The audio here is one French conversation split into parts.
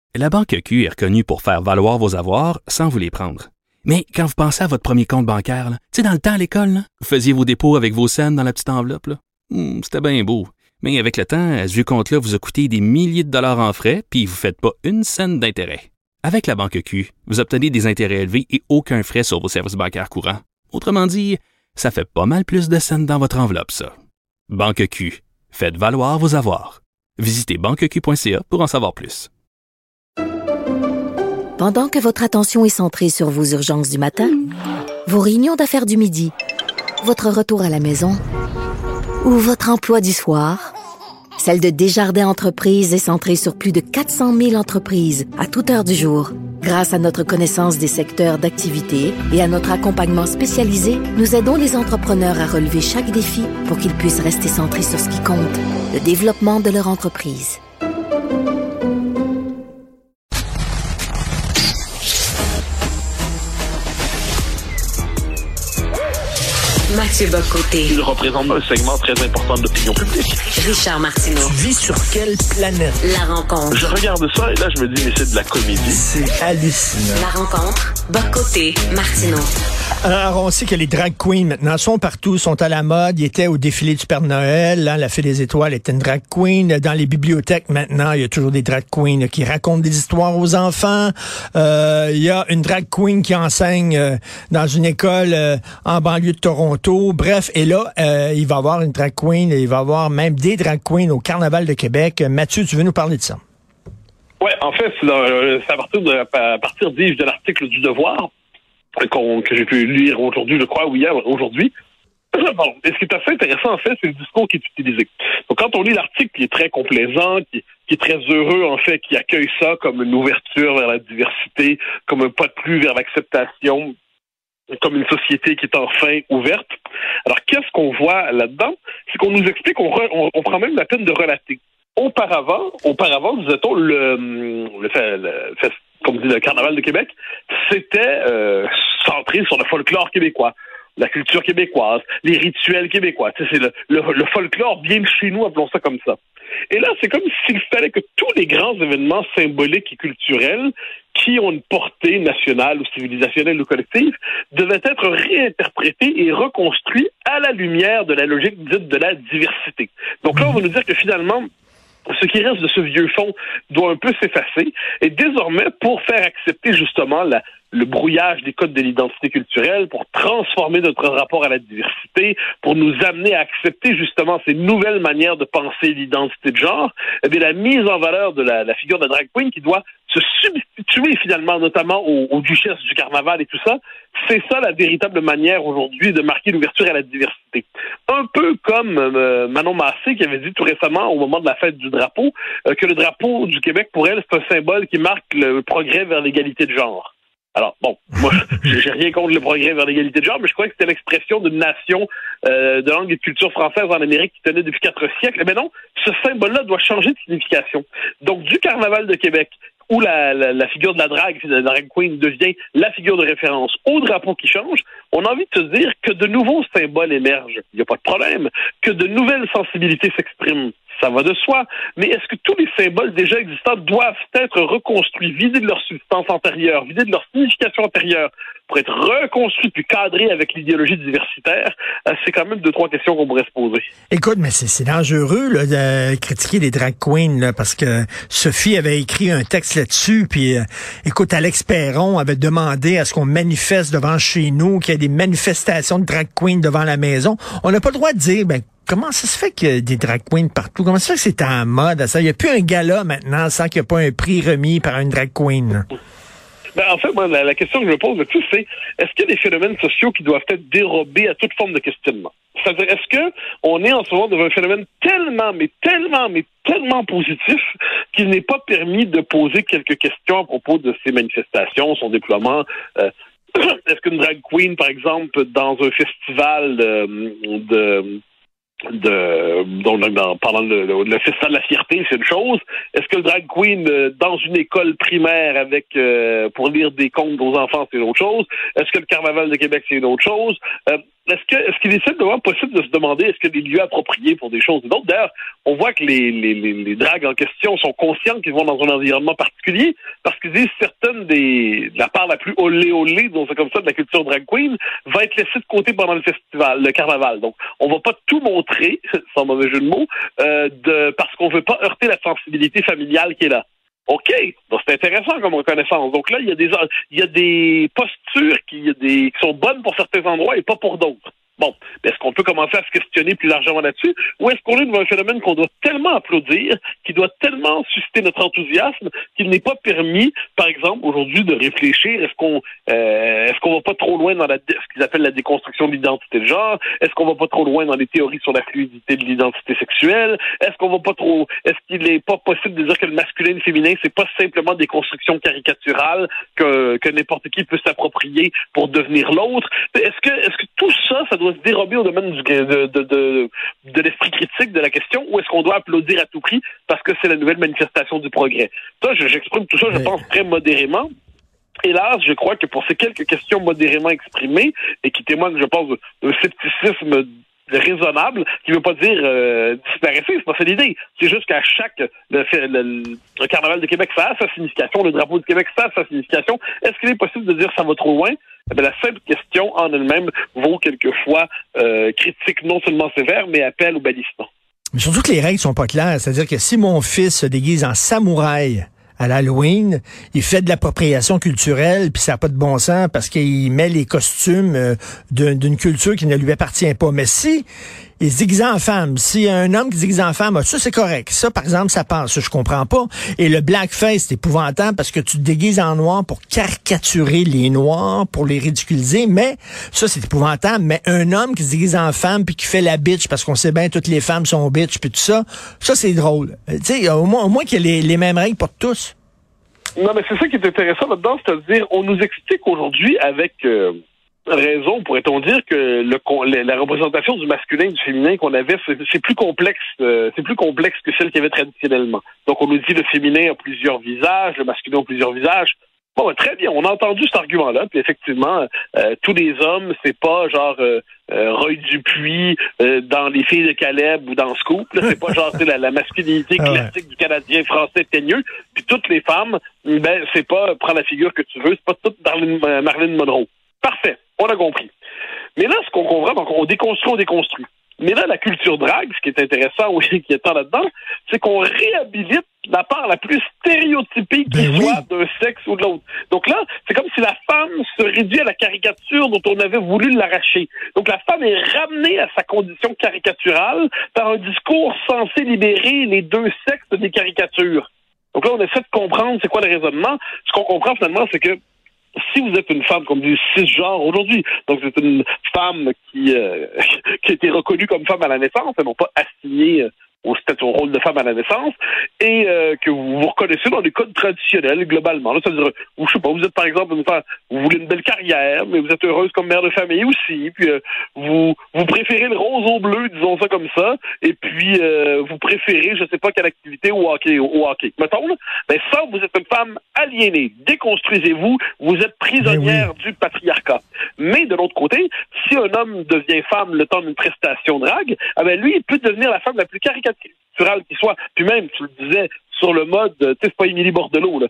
La Banque Q est reconnue pour faire valoir vos avoirs sans vous les prendre. Mais quand vous pensez à votre premier compte bancaire, tu sais, dans le temps à l'école, là, vous faisiez vos dépôts avec vos scènes dans la petite enveloppe. Là. C'était bien beau. Mais avec le temps, ce vieux compte-là vous a coûté des milliers de dollars en frais, puis vous ne faites pas une scène d'intérêt. Avec la Banque Q, vous obtenez des intérêts élevés et aucun frais sur vos services bancaires courants. Autrement dit, ça fait pas mal plus de scènes dans votre enveloppe, ça. Banque Q. Faites valoir vos avoirs. Visitez banqueq.ca pour en savoir plus. Pendant que votre attention est centrée sur vos urgences du matin, vos réunions d'affaires du midi, votre retour à la maison ou votre emploi du soir, celle de Desjardins Entreprises est centrée sur plus de 400 000 entreprises à toute heure du jour. Grâce à notre connaissance des secteurs d'activité et à notre accompagnement spécialisé, nous aidons les entrepreneurs à relever chaque défi pour qu'ils puissent rester centrés sur ce qui compte, le développement de leur entreprise. Mathieu Bock-Côté. Il représente un segment très important de l'opinion publique. Richard Martineau. Tu vis sur quelle planète? La rencontre. Je regarde ça et là, je me dis, mais c'est de la comédie. C'est hallucinant. La rencontre. Bock-Côté. Martineau. Alors, on sait que les drag queens, maintenant, sont partout, sont à la mode. Ils étaient au défilé du Père Noël. Hein, la Fée des Étoiles était une drag queen. Dans les bibliothèques, maintenant, il y a toujours des drag queens qui racontent des histoires aux enfants. Il y a une drag queen qui enseigne dans une école en banlieue de Toronto. Bref, et là, il va y avoir une drag queen. Il va y avoir même des drag queens au Carnaval de Québec. Mathieu, tu veux nous parler de ça? Ouais, en fait, c'est à partir de l'article du Devoir que j'ai pu lire aujourd'hui, je crois, ou hier, aujourd'hui. Bon, et ce qui est assez intéressant, en fait, c'est le discours qui est utilisé. Donc, quand on lit l'article, qui est très complaisant, qui est très heureux, en fait, qui accueille ça comme une ouverture vers la diversité, comme un pas de plus vers l'acceptation, comme une société qui est enfin ouverte. Alors, qu'est-ce qu'on voit là-dedans? C'est qu'on nous explique, on prend même la peine de relater. Auparavant, disait-on, comme dit le Carnaval de Québec, c'était centré sur le folklore québécois, la culture québécoise, les rituels québécois. Tu sais, c'est le folklore bien de chez nous, appelons ça comme ça. Et là, c'est comme s'il fallait que tous les grands événements symboliques et culturels qui ont une portée nationale ou civilisationnelle ou collective devaient être réinterprétés et reconstruits à la lumière de la logique dite de la diversité. Donc là, on va nous dire que finalement, ce qui reste de ce vieux fond doit un peu s'effacer. Et désormais, pour faire accepter justement le brouillage des codes de l'identité culturelle, pour transformer notre rapport à la diversité, pour nous amener à accepter justement ces nouvelles manières de penser l'identité de genre, eh bien, la mise en valeur de la figure de la drag queen qui doit se substituer finalement notamment aux duchesses du carnaval et tout ça, c'est ça la véritable manière aujourd'hui de marquer l'ouverture à la diversité. Un peu comme Manon Massé qui avait dit tout récemment au moment de la fête du drapeau que le drapeau du Québec pour elle c'est un symbole qui marque le progrès vers l'égalité de genre. Alors, bon, moi, j'ai rien contre le progrès vers l'égalité de genre, mais je croyais que c'était l'expression d'une nation de langue et de culture française en Amérique qui tenait depuis 4 siècles. Mais non, ce symbole-là doit changer de signification. Donc, du Carnaval de Québec, où la figure de la drag queen devient la figure de référence au drapeau qui change, on a envie de se dire que de nouveaux symboles émergent. Il n'y a pas de problème. Que de nouvelles sensibilités s'expriment. Ça va de soi. Mais est-ce que tous les symboles déjà existants doivent être reconstruits, vidés de leur substance antérieure, vidés de leur signification antérieure, pour être reconstruits puis cadrés avec l'idéologie diversitaire? C'est quand même 2-3 questions qu'on pourrait se poser. Écoute, mais c'est dangereux là, de critiquer les drag queens, là, parce que Sophie avait écrit un texte là-dessus, puis écoute, Alex Perron avait demandé à ce qu'on manifeste devant chez nous, qu'il y ait des manifestations de drag queens devant la maison. On n'a pas le droit de dire, comment ça se fait qu'il y a des drag queens partout? Comment ça se fait que c'est en mode? Il n'y a plus un gala maintenant sans qu'il n'y ait pas un prix remis par une drag queen. En fait, moi, la question que je me pose là-dessus, c'est est-ce qu'il y a des phénomènes sociaux qui doivent être dérobés à toute forme de questionnement? C'est-à-dire, est-ce qu'on est en ce moment devant un phénomène tellement positif qu'il n'est pas permis de poser quelques questions à propos de ces manifestations, son déploiement? Est-ce qu'une drag queen, par exemple, dans un festival de pendant le festival de la fierté, c'est une chose. Est-ce que le drag queen dans une école primaire avec pour lire des contes aux enfants, c'est une autre chose? Est-ce que le carnaval de Québec, c'est une autre chose? Est-ce qu'il est simplement possible de se demander est-ce qu'il y a des lieux appropriés pour des choses et d'autres? D'ailleurs, on voit que les dragues en question sont conscients qu'ils vont dans un environnement particulier parce qu'ils disent certaines de la part la plus olé, disons ça comme ça, de la culture drag queen, va être laissée de côté pendant le festival, le carnaval. Donc, on va pas tout montrer, sans mauvais jeu de mots, parce qu'on veut pas heurter la sensibilité familiale qui est là. OK, donc c'est intéressant comme reconnaissance. Donc là, il y a des postures qui sont bonnes pour certains endroits et pas pour d'autres. Bon, est-ce qu'on peut commencer à se questionner plus largement là-dessus? Ou est-ce qu'on est devant un phénomène qu'on doit tellement applaudir, qui doit tellement susciter notre enthousiasme, qu'il n'est pas permis, par exemple, aujourd'hui, de réfléchir, est-ce qu'on va pas trop loin dans ce qu'ils appellent la déconstruction de l'identité de genre? Est-ce qu'on va pas trop loin dans les théories sur la fluidité de l'identité sexuelle? Est-ce qu'il n'est pas possible de dire que le masculin et le féminin, c'est pas simplement des constructions caricaturales que n'importe qui peut s'approprier pour devenir l'autre? Est-ce que tout ça doit se dérober au domaine de l'esprit critique de la question, ou est-ce qu'on doit applaudir à tout prix parce que c'est la nouvelle manifestation du progrès? Ça, j'exprime tout ça, je pense, très modérément. Hélas, je crois que pour ces quelques questions modérément exprimées, et qui témoignent, je pense, d'un scepticisme raisonnable, qui ne veut pas dire disparaître, c'est pas ça l'idée. C'est juste qu'à le carnaval de Québec, ça a sa signification, le drapeau de Québec, ça a sa signification. Est-ce qu'il est possible de dire ça va trop loin? Eh bien, la simple question en elle-même vaut quelquefois critique non seulement sévère, mais appel au bannissement. Mais surtout que les règles sont pas claires. C'est-à-dire que si mon fils se déguise en samouraï à l'Halloween, il fait de l'appropriation culturelle, puis ça n'a pas de bon sens parce qu'il met les costumes d'une culture qui ne lui appartient pas. Mais si il se déguise en femme, s'il y a un homme qui se déguise en femme, ça c'est correct. Ça, par exemple, ça passe. Ça, je comprends pas. Et le blackface, c'est épouvantable parce que tu te déguises en noir pour caricaturer les noirs, pour les ridiculiser. Mais ça, c'est épouvantable. Mais un homme qui se déguise en femme puis qui fait la bitch parce qu'on sait bien toutes les femmes sont bitch puis tout ça, ça c'est drôle. Tu sais, au moins qu'il y ait les mêmes règles pour tous. Non, mais c'est ça qui est intéressant là-dedans, c'est-à-dire, on nous explique aujourd'hui avec raison, pourrait-on dire, que la représentation du masculin et du féminin qu'on avait, c'est plus complexe que celle qu'il y avait traditionnellement. Donc, on nous dit le féminin a plusieurs visages, le masculin a plusieurs visages. Bon, très bien, on a entendu cet argument-là, puis effectivement, tous les hommes, c'est pas genre Roy Dupuis dans Les Filles de Caleb ou dans Scoop, là, c'est pas genre la masculinité classique du Canadien français teigneux, puis toutes les femmes, ben c'est pas prends la figure que tu veux, c'est pas toute Marilyn Monroe. Parfait, on a compris. Mais là, ce qu'on comprend, donc on déconstruit. Mais là, la culture drague, ce qui est intéressant, oui, qui est tant là-dedans, c'est qu'on réhabilite la part la plus stéréotypée qui soit d'un sexe ou de l'autre. Donc là, c'est comme si la femme se réduit à la caricature dont on avait voulu l'arracher. Donc la femme est ramenée à sa condition caricaturale par un discours censé libérer les deux sexes des caricatures. Donc là, on essaie de comprendre c'est quoi le raisonnement. Ce qu'on comprend finalement, c'est que si vous êtes une femme comme du cisgenre aujourd'hui, donc c'est une femme qui a été reconnue comme femme à la naissance, et non pas assignée au rôle de femme à la naissance, et que vous vous reconnaissez dans les codes traditionnels, globalement. Là, ça veut dire, je sais pas, vous êtes par exemple une femme, vous voulez une belle carrière, mais vous êtes heureuse comme mère de famille aussi, puis vous préférez le rose au bleu, disons ça comme ça, et puis vous préférez, je sais pas quelle activité au hockey. Mettons, là, ben ça, vous êtes une femme aliénée. Déconstruisez-vous, vous êtes prisonnière du patriarcat. Mais de l'autre côté, si un homme devient femme le temps d'une prestation drague, ben lui, il peut devenir la femme la plus caricaturale qui soit. Puis même, tu le disais, sur le mode, tu sais, c'est pas Émilie Bordelot, là.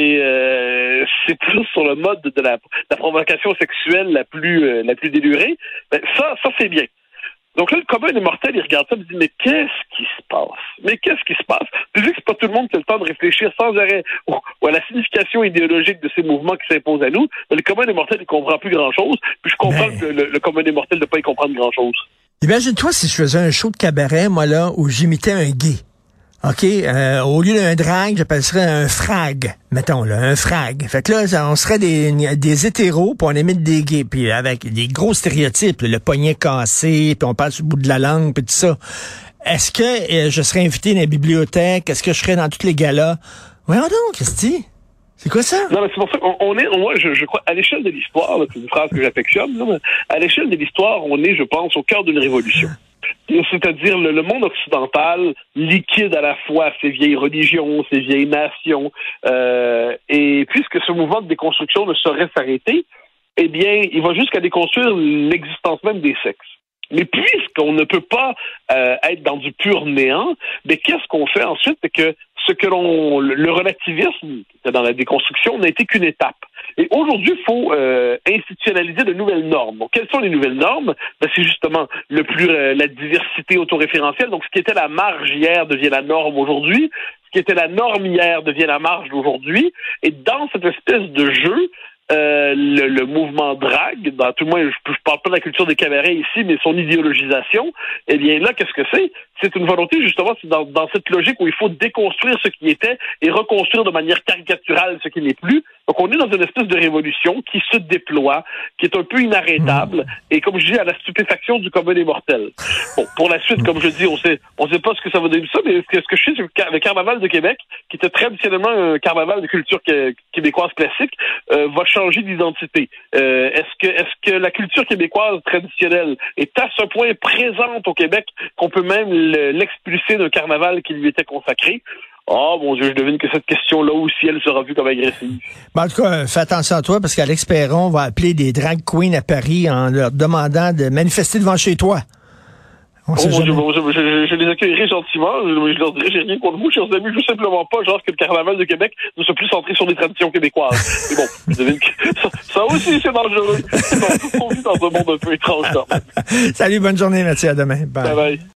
C'est plus sur le mode de la provocation sexuelle la plus délurée. Ben, ça c'est bien. Donc là, le commun des mortels, il regarde ça et il dit, mais qu'est-ce qui se passe? Puis vu que c'est pas tout le monde qui a le temps de réfléchir sans arrêt à la signification idéologique de ces mouvements qui s'imposent à nous, mais le commun des mortels, il comprend plus grand-chose. Puis je comprends que le commun des mortels ne peut pas y comprendre grand-chose. Imagine-toi si je faisais un show de cabaret, moi, là, où j'imitais un gay. OK? Au lieu d'un drag, j'appellerais un frag. Mettons, là, un frag. Fait que là, on serait des hétéros, puis on imite des gays, puis avec des gros stéréotypes, le poignet cassé, puis on parle sur le bout de la langue, puis tout ça. Est-ce que je serais invité dans la bibliothèque? Est-ce que je serais dans tous les galas? Voyons donc, Christy. C'est quoi ça? Non, mais c'est pour ça qu'on est, moi, je crois, à l'échelle de l'histoire, là, c'est une phrase que j'affectionne, là, mais à l'échelle de l'histoire, on est, je pense, au cœur d'une révolution. C'est-à-dire le monde occidental liquide à la fois ces vieilles religions, ces vieilles nations, et puisque ce mouvement de déconstruction ne saurait s'arrêter, eh bien, il va jusqu'à déconstruire l'existence même des sexes. Mais puisqu'on ne peut pas être dans du pur néant, mais qu'est-ce qu'on fait ensuite? C'est que le relativisme dans la déconstruction n'a été qu'une étape. Et aujourd'hui, il faut institutionnaliser de nouvelles normes. Donc, quelles sont les nouvelles normes? Ben, c'est justement la diversité autoréférentielle. Donc, ce qui était la marge hier devient la norme aujourd'hui. Ce qui était la norme hier devient la marge d'aujourd'hui. Et dans cette espèce de jeu, le mouvement drague, dans tout le moins, je parle pas de la culture des cabarets ici, mais son idéologisation, eh bien là, qu'est-ce que c'est? C'est une volonté, justement, c'est dans cette logique où il faut déconstruire ce qui était et reconstruire de manière caricaturale ce qui n'est plus. Donc, on est dans une espèce de révolution qui se déploie, qui est un peu inarrêtable, et comme je dis, à la stupéfaction du commun des mortels. Bon, pour la suite, comme je dis, on sait pas ce que ça va donner ça, mais ce que je sais, c'est que le carnaval de Québec, qui était traditionnellement un carnaval de culture québécoise classique, va changer d'identité. Est-ce que la culture québécoise traditionnelle est à ce point présente au Québec qu'on peut même l'expulser d'un carnaval qui lui était consacré? Oh mon Dieu, je devine que cette question-là aussi, elle sera vue comme agressive. Ben, en tout cas, fais attention à toi, parce qu'Alex Perron va appeler des drag queens à Paris en leur demandant de manifester devant chez toi. Oh mon Dieu, je les accueillerai gentiment. Je leur dirai, j'ai rien contre vous, chers amis. Je veux simplement pas, genre, que le carnaval de Québec ne soit plus centré sur des traditions québécoises. Mais bon, je devine que ça aussi, c'est dangereux. On vit dans un monde un peu étrange. Salut, bonne journée, Mathieu. À demain. Bye. Bye bye.